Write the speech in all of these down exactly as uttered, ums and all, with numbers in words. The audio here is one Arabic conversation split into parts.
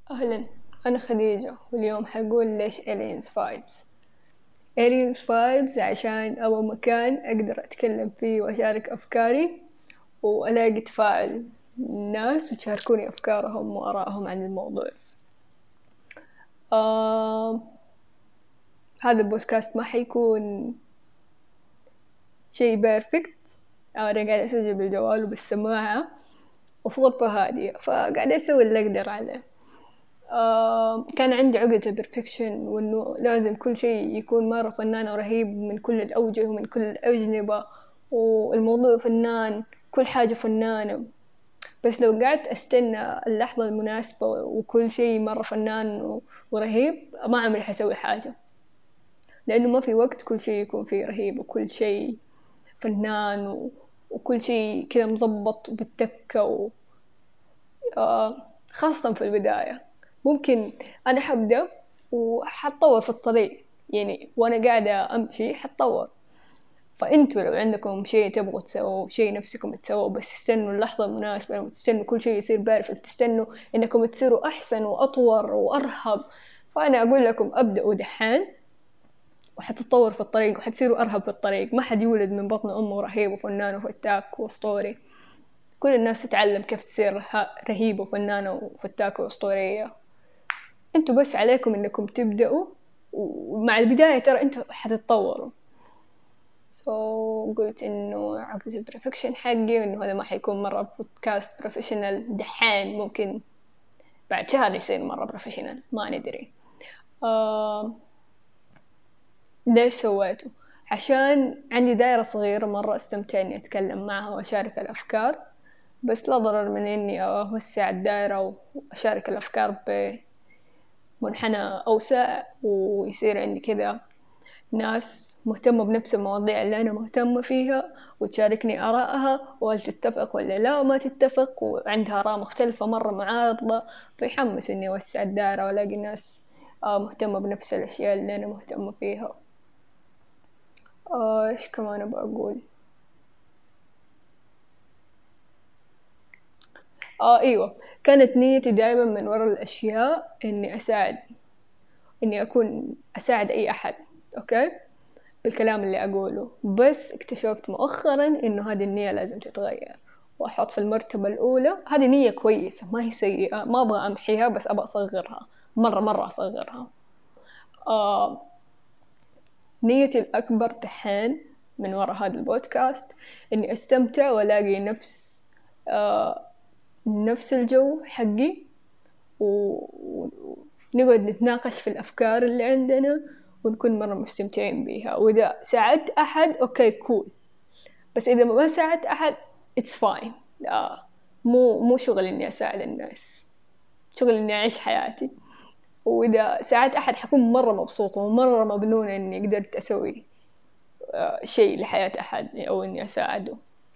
أهلا، أنا خديجة واليوم حقول ليش Aliens Vibes. Aliens Vibes عشان أبغى مكان أقدر أتكلم فيه وأشارك أفكاري وألاقي تفاعل الناس وتشاركوني أفكارهم وآرائهم عن الموضوع. آه هذا البودكاست ما حيكون شي بيرفكت. أنا قاعدة أسجل بالجوال وبالسماعة وفي غرفة هادية، فقاعدة أسوي اللي أقدر عليه. آه كان عندي عقدة البرفكشن وإنه لازم كل شيء يكون مرة فنان ورهيب من كل الأوجه ومن كل الأجنبة، والموضوع فنان، كل حاجة فنانة. بس لو قعدت أستنى اللحظة المناسبة وكل شيء مرة فنان ورهيب ما عمري حسوي حاجة، لأنه ما في وقت كل شيء يكون فيه رهيب وكل شيء فنان و... وكل شيء كذا مزبط بالتكة و... آه خاصة في البداية. ممكن أنا حبدأ وحتطور في الطريق، يعني وأنا قاعدة أمشي حتطور. فأنتوا لو عندكم شيء تبغوا تسووا، شيء نفسكم تسووا، بس تستنوا اللحظة المناسبة وتستنوا كل شيء يصير بيرفكت، تستنوا إنكم تصيروا أحسن وأطور وأرهب، فأنا أقول لكم أبدأوا دحين وحتتطور في الطريق وحتصيروا أرهب في الطريق. ما حد يولد من بطن أمه رهيب وفنان وفتاك وأسطوري. كل الناس تتعلم كيف تصير رهيبة وفنانة وفتاكة وأسطورية. انتوا بس عليكم انكم تبدأوا، ومع البداية ترى انتوا حتتطوروا. so قلت انه عقدة البرفكشن حقي، وانه هذا ما حيكون مرة بودكاست بروفيشنال دحين، ممكن بعد شهر يصير مرة بروفيشنال، ما ندري. آه ليش سويته؟ عشان عندي دائرة صغيرة مرة استمتع اني اتكلم معها واشارك الافكار، بس لا ضرر من اني اوسع الدائرة واشارك الافكار بمنحنى اوسع، ويصير عندي كذا ناس مهتمة بنفس المواضيع اللي أنا مهتمة فيها وتشاركني آرائها، وهل تتفق ولا لا ما تتفق، وعندها آراء مختلفة مرة معارضة. فيحمس إني أوسع الدائرة وألاقي ناس مهتمة بنفس الأشياء اللي أنا مهتمة فيها. آه، إيش كمان أبغى أقول؟ آه أيوة، كانت نيتي دائما من وراء الأشياء إني أساعد، إني أكون أساعد أي أحد، أوكي، بالكلام اللي أقوله. بس اكتشفت مؤخرا إنه هذه النية لازم تتغير وأحط في المرتبة الأولى. هذه نية كويسة ما هي سيئة، ما أبغى أمحيها، بس أبغى أصغرها مرة مرة أصغرها. آه نيتي الأكبر دحين من وراء هذا البودكاست إني أستمتع وألاقي نفس آه نفس الجو حقي، ونقعد نتناقش في الأفكار اللي عندنا ونكون مرة مستمتعين بيها. وإذا ساعدت أحد أوكي كول، بس إذا ما ساعدت أحد it's fine. لا، مو مو شغل إني أساعد الناس، شغل إني أعيش حياتي. وإذا ساعدت أحد حكون مرة مبسوطة ومرة مبنونة إني قدرت أسوي آه شيء لحياة أحد أو إني أساعده.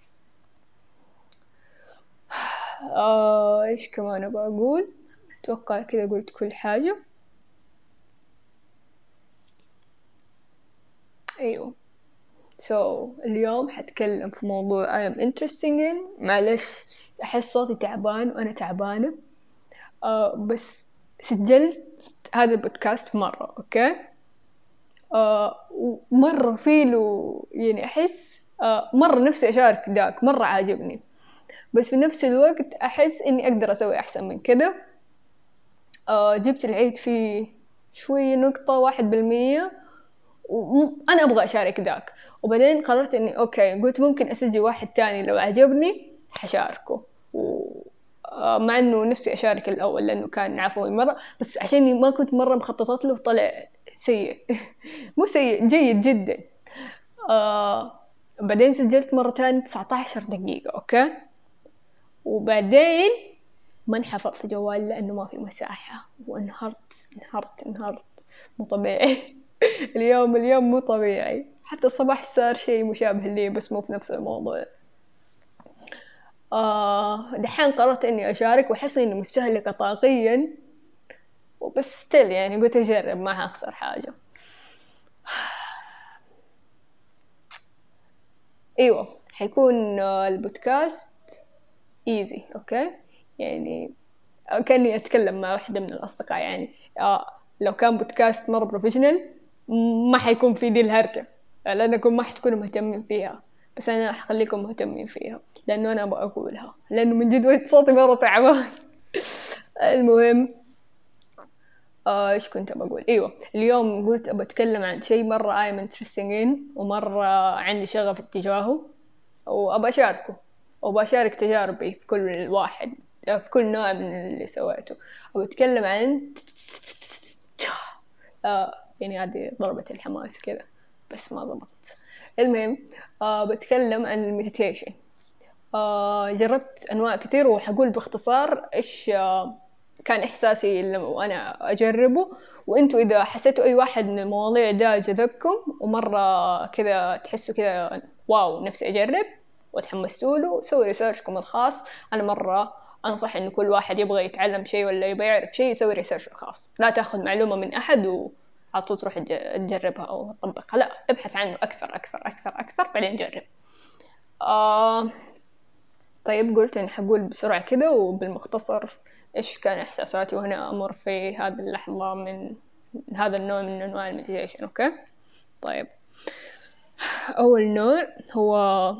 آه إيش كمان أبغى أقول؟ أتوقع كذا قلت كل حاجة. أيوه، so اليوم حتكلم في موضوع I am interesting in. معلش أحس صوتي تعبان وأنا تعبانة. آه بس سجلت هذا البودكاست مرة أوكي، آه مرة فيلو، يعني أحس آه مرة نفسي أشارك ذاك، مرة عاجبني، بس في نفس الوقت أحس إني أقدر أسوي أحسن من كده. آه جبت العيد فيه شوية نقطة واحد بالمية، وأنا أبغى أشارك ذاك. وبعدين قررت إني أوكي، قلت ممكن أسجل واحد تاني لو عجبني حشاركه، و مع إنه نفسي أشارك الأول لأنه كان عفوي مرة، بس عشان ما كنت مرة مخططت له طلع سيء. مو سيء، جيد جدا. آه بعدين سجلت مرة تانية تسعة عشر دقيقة أوكي، وبعدين ما انحفظ في جوالي لأنه ما في مساحة، وانهرت انهرت انهرت مو طبيعي. اليوم اليوم مو طبيعي، حتى الصباح صار شيء مشابه لي بس مو في نفس الموضوع. آه دحين قررت إني أشارك وأحس إني مستهلكة طاقيا، وبس ستيل يعني قلت أجرب ما هخسر حاجة. أيوة، حيكون البودكاست إيزي أوكي، يعني كأني أتكلم مع واحدة من الأصدقاء يعني. آه لو كان بودكاست مرة بروفيشنال ما حيكون في دي الهرجة، لأنكم ما حتكونوا مهتمين فيها، بس أنا حخليكم مهتمين فيها لأنه أنا أبغى أقولها، لأنه من جد وقت صوتي مرة تعبان. المهم آه إيش كنت بقول؟ أيوة اليوم قلت بتكلم عن شيء مرة I'm interesting in ومرة عندي شغف اتجاهه وأبى أشاركه وبشارك تجاربي في كل واحد في كل نوع من اللي سويته. وبتكلم عن آه يعني هذه ضربة الحماس كذا بس ما ضبطت. المهم آه بتكلم عن المديتيشن. آه جربت أنواع كتير وحقول باختصار إيش آه كان إحساسي لما أنا أجربه، وإنتوا إذا حسيتوا أي واحد من المواضيع ده جذبكم ومرة كذا تحسوا كذا واو نفسي أجرب وتحمستوا له، سوي ريسيرشكم الخاص. أنا مرة أنصح إنه كل واحد يبغى يتعلم شيء ولا يبغى يعرف شيء يسوي ريسيرش الخاص، لا تأخذ معلومة من أحد وعلى طول تروح تجربها أو تطبقها، لا ابحث عنه أكثر أكثر أكثر أكثر بعدين جرب. آه طيب قلت إن حقول بسرعة كده وبالمختصر إيش كان إحساساتي وأنا أمر في هذه اللحظة من هذا النوع من أنواع المديتيشن. أوكي طيب أول نوع هو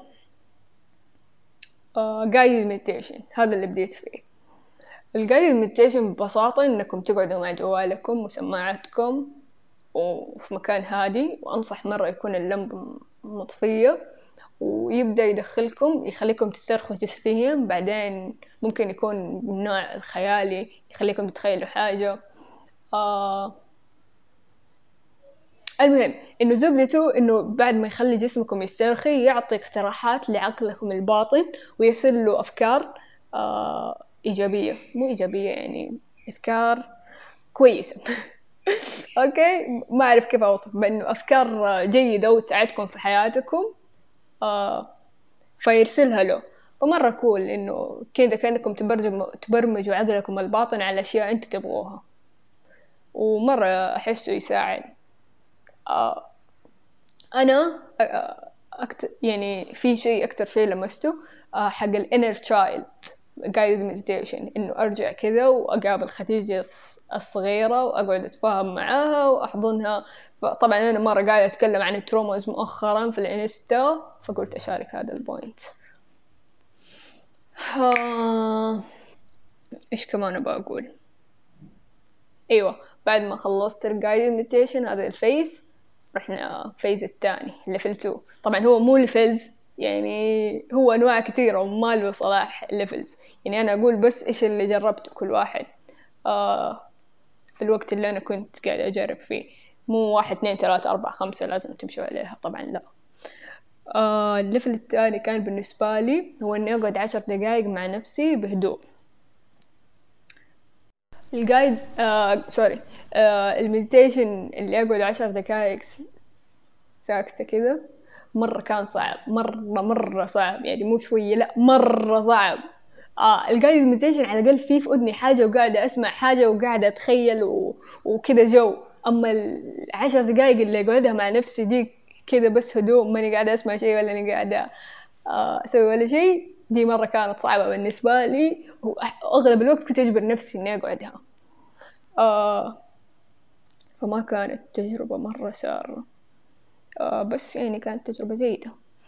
uh, guided meditation، هذا اللي بديت فيه. الguided meditation ببساطة إنكم تقعدوا مع جوالكم وسماعتكم وفي مكان هادي، وأنصح مرة يكون اللمبة مطفية ويبدأ يدخلكم يخليكم تسترخوا جسديا، بعدين ممكن يكون من نوع الخيالي يخليكم تتخيلوا حاجة. آه المهم إنه زبدته إنه بعد ما يخلي جسمكم يسترخي يعطي اقتراحات لعقلكم الباطن ويصل له أفكار آه إيجابية، مو إيجابية يعني أفكار كويسة. أوكي ما أعرف كيف أوصف، بأنه أفكار جيدة وتساعدكم في حياتكم آه فيرسلها له. فمرة كول إنه كذا كأنكم تبرمجوا تبرمجوا عقلكم الباطن على أشياء أنتوا تبغوها، ومرة أحسه يساعد. آه أنا أكتر يعني في شيء أكتر شيء لمسته آه حق ال inner child guided meditation، إنه أرجع كذا وأقابل خديجة الصغيرة وأقعد أتفاهم معاها وأحضنها. طبعا أنا مرة قاعدة أتكلم عن التروماز مؤخرا في الإنستا فقلت أشارك هذا البوينت. آه إيش كمان أبغى أقول؟ أيوة بعد ما خلصت الجايد ميديتيشن هذا الفيز رحنا فيز الثاني ليفل تو. طبعا هو مو ليفلز يعني هو أنواع كثيرة وما له صلاح ليفلز، يعني أنا أقول بس إيش اللي جربته كل واحد آه في الوقت اللي أنا كنت قاعدة أجرب فيه، مو واحد اثنين ثلاثة أربعة خمسة لازم تمشوا عليها طبعا لا. آه الليفل الثاني كان بالنسبة لي هو إني أقعد عشر دقايق مع نفسي بهدوء. الجايد آه سوري آه المديتيشن اللي أقعد عشر دقايق ساكتة كذا مرة كان صعب، مرة مرة صعب يعني مو شوية لا مرة صعب. آه الجايد مديتيشن على الأقل فيه في أذني حاجة وقاعدة أسمع حاجة وقاعدة أتخيل و... وكذا جو. أما العشر دقايق اللي أقعدها مع نفسي دي كذا بس هدوء، ماني قاعدة أسمع شيء ولا أني قاعدة آه أسوي ولا شيء، دي مرة كانت صعبة بالنسبة لي، وأغلب الوقت كنت أجبر نفسي إني أقعدها. آه فما كانت تجربة مرة سارة آه بس يعني كانت تجربة جيدة.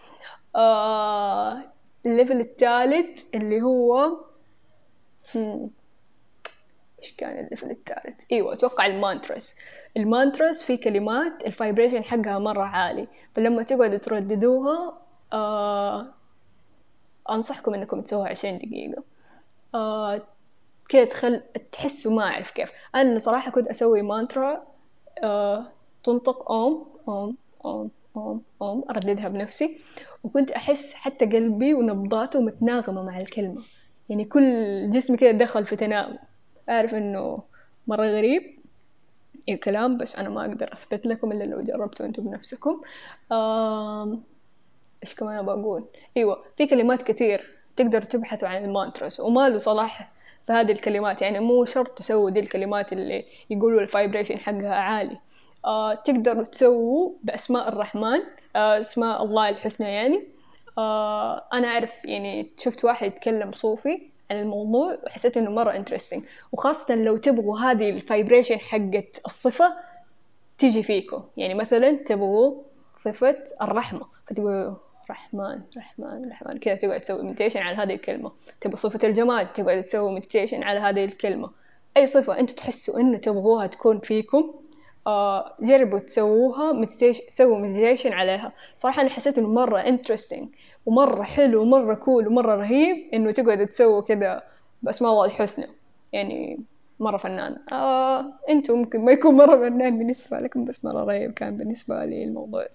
آه الليفل الثالث اللي هو هم. إيش كان الليفل الثالث؟ أيوة أتوقع المانترس. المانترس في كلمات الفايبريشن حقها مرة عالي، فلما تقعدوا ترددوها آه أنصحكم إنكم تسووها عشرين دقيقة آه كده تخل تحسوا ما أعرف كيف. أنا صراحة كنت أسوي مانترا آه تنطق أوم أوم أوم أوم أوم أرددها بنفسي، وكنت أحس حتى قلبي ونبضاته متناغمة مع الكلمة، يعني كل جسمي كده دخل في تناغم. أعرف إنه مرة غريب الكلام بس أنا ما أقدر أثبت لكم إلا لو جربتوا أنتم بنفسكم. آه إيش كمان بقول؟ أيوة في كلمات كتير تقدر تبحثوا عن المانترس وما له صلاح في هذه الكلمات، يعني مو شرط تسووا دي الكلمات اللي يقولوا الفايبريشن حقها عالي. آه تقدروا تسووا بأسماء الرحمن آه اسماء الله الحسنى يعني. آه أنا أعرف يعني شفت واحد يتكلم صوفي عن الموضوع وحسيت إنه مرة interesting، وخاصة لو تبغوا هذه الفايبريشن حقت الصفة تيجي فيكم. يعني مثلا تبغوا صفة الرحمة فتقولوا رحمن رحمن رحمن كذا، تقعد تسوي مديتيشن على هذه الكلمة. تبغوا صفة الجمال تقعد تسوي مديتيشن على هذه الكلمة. أي صفة أنتوا تحسوا إنه تبغوها تكون فيكم آه جربوا تسووها مديتيشن، سووا مديتيشن عليها. صراحة أنا حسيت إنه مرة interesting ومرة حلو ومرة كول ومرة رهيب إنه تقعدوا تسووا كذا بأسماء الله الحسنى. يعني مرة فنان. آه أنتوا ممكن ما يكون مرة فنان بالنسبة لكم، بس مرة رهيب كان بالنسبة لي الموضوع.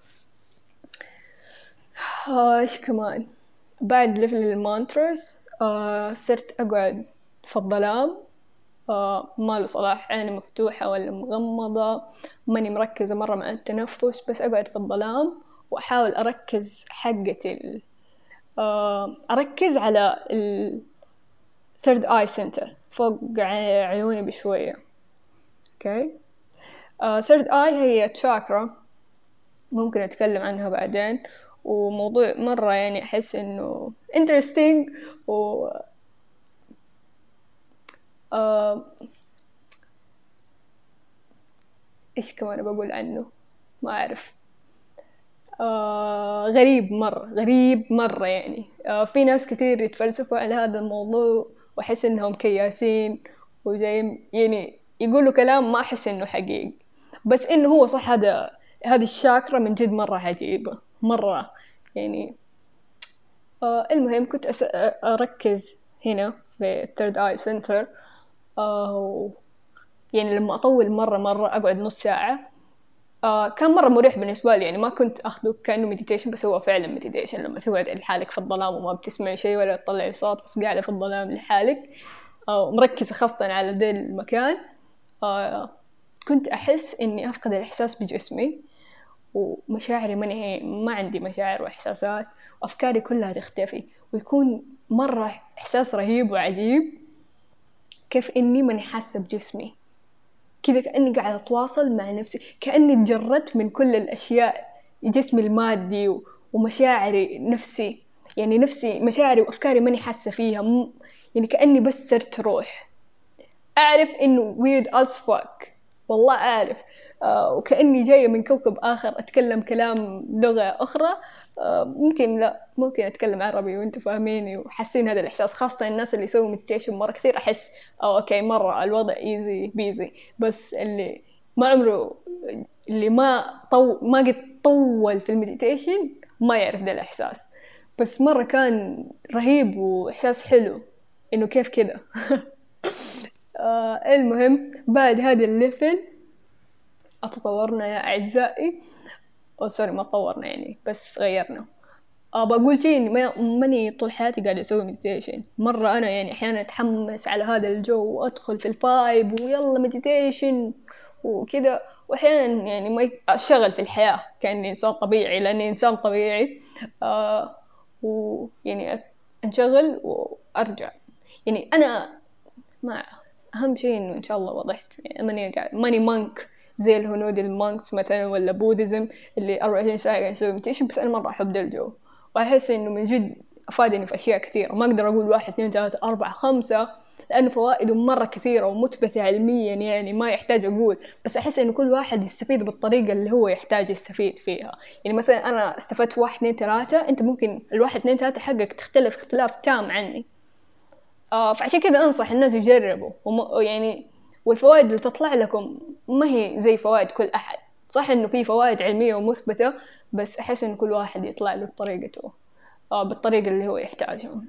آه إيش كمان بعد ليفل المانترز؟ آه صرت أقعد في الظلام، آه ما له صلاح، عيني مفتوحة ولا مغمضة، ماني مركزة مرة مع التنفس، بس أقعد في الظلام وأحاول أركز حقتي آه أركز على ال third eye center فوق عيوني بشوية. okay. uh, third eye هي تشاكرا، ممكن أتكلم عنها بعدين، وموضوع مرة يعني أحس إنه interesting و uh, إيش كمان بقول عنه ما أعرف. آه غريب مرة غريب مرة يعني. آه في ناس كتير يتفلسفوا على هذا الموضوع وأحس إنهم كياسين وجايين يعني يقولوا كلام ما أحس إنه حقيقي، بس إنه هو صح. هذا هذه الشاكرا من جد مرة عجيبة مرة يعني. آه المهم كنت أس... أركز هنا في third eye center. آه يعني لما أطول مرة مرة أقعد نص ساعة. آه كان مرة مريح بالنسبة لي، يعني ما كنت أخذه كأنه مديتيشن، بس هو فعلا مديتيشن لما تقعد لحالك في الظلام وما بتسمع شيء ولا تطلع صوت، بس قاعدة في الظلام لحالك آه مركزة خاصة على ذا المكان. آه كنت أحس إني أفقد الإحساس بجسمي ومشاعري ما هي ما عندي مشاعر وإحساسات، وأفكاري كلها تختفي، ويكون مرة إحساس رهيب وعجيب كيف إني ماني حاسة بجسمي كذا، كأني قاعدة أتواصل مع نفسي، كأني تجردت من كل الأشياء، جسمي المادي ومشاعري نفسي، يعني نفسي مشاعري وأفكاري ماني حاسة فيها، م... يعني كأني بس صرت روح. أعرف إنه weird as fuck والله أعرف. آه وكأني جاية من كوكب آخر أتكلم كلام لغة أخرى. آه ممكن لا ممكن أتكلم عربي وأنتوا فاهميني وحاسين هذا الإحساس، خاصة الناس اللي يسووا مديتيشن مرة كثير أحس أو أوكي مرة الوضع إيزي بيزي، بس اللي ما عمره اللي ما طو ما قد طول في المديتيشن ما يعرف ده الإحساس، بس مرة كان رهيب وإحساس حلو إنه كيف كده. آه المهم بعد هذا الليفل تطورنا يا أعزائي، أو سوري ما تطورنا يعني بس غيرنا. أه بقول شيء إني ما ماني طول حياتي قاعدة أسوي مديتيشن. مرة أنا يعني أحيانا أتحمس على هذا الجو وأدخل في الفايب ويلا مديتيشن وكذا، وأحيانا يعني ما أشتغل في الحياة كأني إنسان طبيعي لأني إنسان طبيعي. أه ويعني أنشغل وأرجع. يعني أنا ما أهم شيء إنه إن شاء الله وضحت، يعني ماني قاعد ماني مانك زي الهنود المانكس مثلا ولا بوديزم اللي أربعة وعشرين ساعة قاعد يسوي مديتيشن، بس أنا مرة أحب ده الجو وأحس إنه من جد أفادني في أشياء كثيرة. ما أقدر أقول واحد اثنين ثلاثة أربعة خمسة لأنه فوائده مرة كثيرة ومثبتة علميا، يعني ما يحتاج أقول، بس أحس إنه كل واحد يستفيد بالطريقة اللي هو يحتاج يستفيد فيها. يعني مثلا أنا استفدت واحد اثنين ثلاثة، أنت ممكن الواحد اثنين ثلاثة حقك تختلف اختلاف تام عني. آه فعشان كذا أنصح الناس يجربوا وم... يعني والفوائد اللي تطلع لكم ما هي زي فوائد كل أحد. صح إنه في فوائد علمية ومثبتة، بس أحس إن كل واحد يطلع له بطريقته آه بالطريقة اللي هو يحتاجها.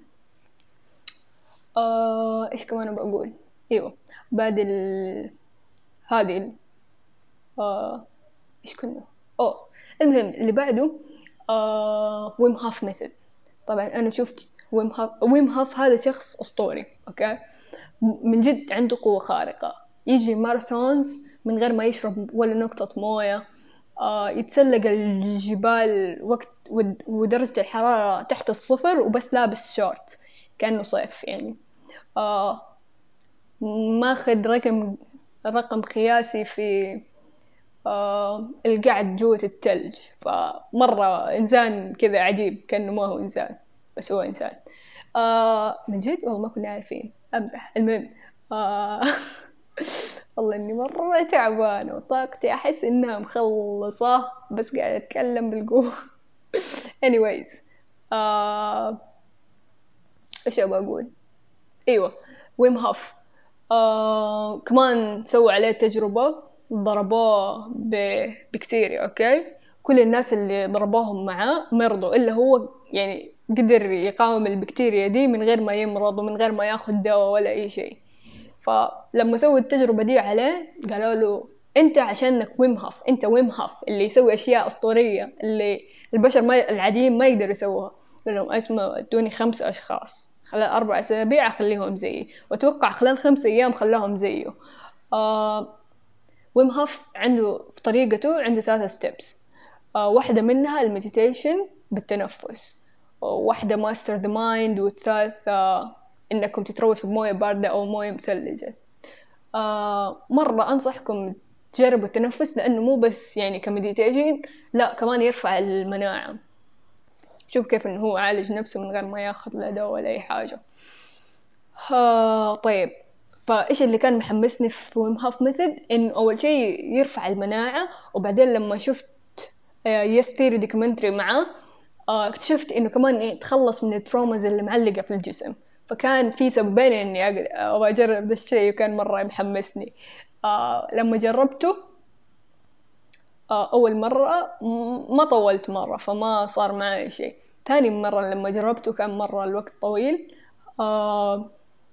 آه إيش كمان بقول؟ أيوة بعد ال هذه ال... آه إيش كنا؟ أوه المهم اللي بعده آه ويم هاف ميثود. طبعا أنا شفت ويم هاف. ويم هاف هذا شخص أسطوري أوكي، من جد عنده قوة خارقة، يجري ماراثونز من غير ما يشرب ولا نقطة موية. آه يتسلق الجبال وقت ودرجة الحرارة تحت الصفر وبس لابس شورت كأنه صيف يعني. آه ماخذ رقم رقم قياسي في آه القعد جوة التلج، فمرة إنسان كذا عجيب كأنه ما هو إنسان بس هو إنسان. آه من جد والله ما كنا عارفين، أمزح. المهم آه والله إني مرة تعبانة وطاقتي أحس إنها مخلصة، بس قاعدة أتكلم بالقوة. anyways آه إيش أبغى أقول؟ أيوة، ويم هوف آه كمان سووا عليه تجربة، ضربوه ببكتيريا. أوكي، كل الناس اللي ضربوهم معاه مرضوا إلا هو، يعني قدر يقاوم البكتيريا دي من غير ما يمرض ومن غير ما ياخد دواء ولا أي شيء. فلما سووا التجربة دي عليه قالوا له أنت عشانك ويم هوف، أنت ويم هوف اللي يسوي أشياء أسطورية اللي البشر ما العاديين ما يقدروا يسووها. قال لهم اسمعوا، ادوني خمس أشخاص خلال أربع أسابيع أخليهم زيي، وأتوقع خلال خمس أيام خلاهم زيه. آه ويم هوف عنده في طريقته عنده ثلاثة ستيبس. آه واحدة منها المديتيشن بالتنفس، وواحدة ماستر ذا مايند، والثالث آه إنكم تتروشوا بموية باردة أو موية مثلجة. آه مرة أنصحكم تجربوا التنفس، لأنه مو بس يعني كمديتيشن، لا كمان يرفع المناعة. شوف كيف إنه هو عالج نفسه من غير ما ياخذ لا دواء ولا أي حاجة. آه طيب، فإيش اللي كان محمسني في ويم هوف ميثود؟ إنه أول شيء يرفع المناعة، وبعدين لما شفت يس ثيري دوكيومنتري معاه آه اكتشفت إنه كمان يتخلص من التروماز اللي معلقة في الجسم. فكان في سببين إني أبغى أجرب ذا الشيء، وكان مرة محمسني. آه لما جربته آه أول مرة ما طولت مرة، فما صار معي شيء. ثاني مرة لما جربته كان مرة الوقت طويل. آه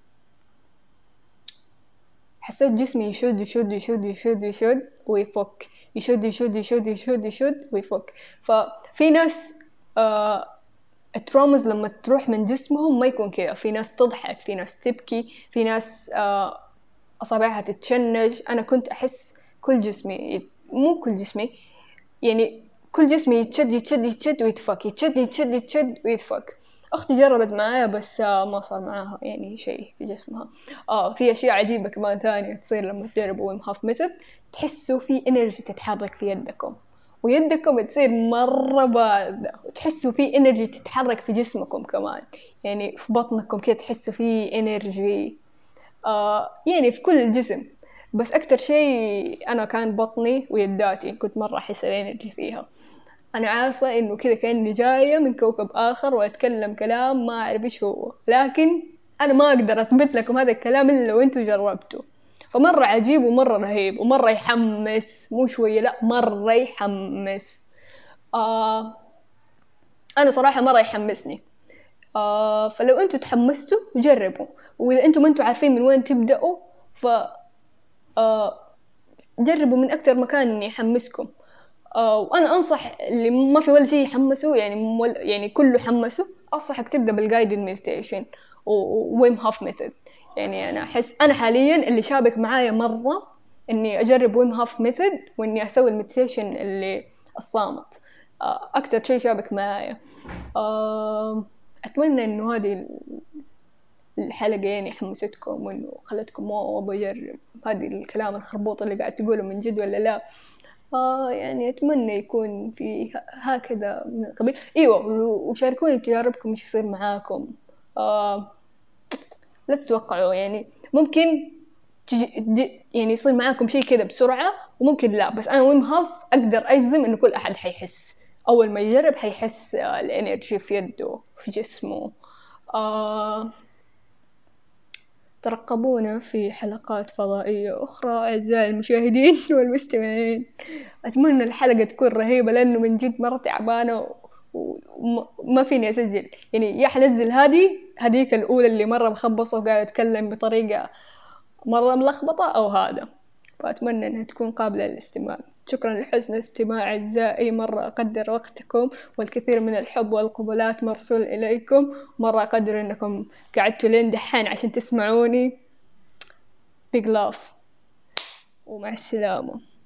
حسيت جسمي يشد يشد يشد يشد يشد ويفك، يشد يشد يشد يشد يشد ويفك. ففي ناس آه الترومز لما تروح من جسمهم ما يكون كذا، في ناس تضحك، في ناس تبكي، في ناس آه أصابعها تتشنج. أنا كنت أحس كل جسمي، مو كل جسمي يعني كل جسمي يتشد يتشد يتشد ويتفك، يتشد يتشد يتشد ويتفك. أختي جربت معايا بس ما صار معاها يعني شيء في جسمها. آه في أشياء عجيبة كمان ثانية تصير لما تجربوا ويم هوف ميثود. تحسوا في إنرجي تتحرك في يدكم، ويدكم تصير مرة باردة، وتحسوا في إنرجي تتحرك في جسمكم كمان، يعني في بطنكم كده تحسوا في إنرجي آه يعني في كل الجسم. بس أكتر شيء أنا كان بطني ويداتي، كنت مرة أحس الإنرجي فيها. أنا عارفة إنه كذا كأني جاية من كوكب آخر وأتكلم كلام ما أعرف إيش هو، لكن أنا ما أقدر أثبت لكم هذا الكلام إلا لو أنتوا جربتوا. فمرة عجيب ومرة رهيب ومرة يحمس، مو شوية لا مرة يحمس. آه أنا صراحة مرة يحمسني. آه فلو أنتوا تحمستوا جربوا، وإذا أنتوا ما أنتوا عارفين من وين تبدأوا ف آه جربوا من أكتر مكان يحمسكم. آه وأنا أنصح اللي ما في ولا شيء يحمسه، يعني مول يعني كله حمسه، أنصحك تبدأ بالجايدد ميديتيشن وويم هوف ميثود. يعني أنا أحس أنا حاليا اللي شابك معايا مرة إني أجرب ويم هوف ميثود، وإني أسوي الميديتيشن اللي الصامت. آه أكتر شيء شابك معايا. آه أتمنى إنه هذه الحلقة يعني حمستكم، وإنه خلتكم واو بجرب هذه الكلام الخربوط اللي قاعد تقوله من جد ولا لا. آه يعني أتمنى يكون في هكذا من القبيل. أيوة، وشاركوني تجاربكم إيش يصير معاكم. آه لا تتوقعوا، يعني ممكن تجي يعني يصير معاكم شيء كذا بسرعة، وممكن لا. بس أنا ويم هوف أقدر أجزم إنه كل أحد حيحس أول ما يجرب، حيحس آه الإنرجي في يده في جسمه. آه ترقبونا في حلقات فضائية أخرى أعزائي المشاهدين والمستمعين. أتمنى الحلقة تكون رهيبة، لأنه من جد مرة تعبانة وما فيني أسجل. يعني يا حنزل هذه هذيك الأولى اللي مرة مخبصة وقاعد أتكلم بطريقة مرة ملخبطة، أو هذا. فأتمنى أنها تكون قابلة للاستماع. شكرا لحسن الاستماع أعزائي، مرة أقدر وقتكم والكثير من الحب والقبلات مرسول إليكم. مرة أقدر أنكم قعدتوا لين دحين عشان تسمعوني. big love ومع السلامة.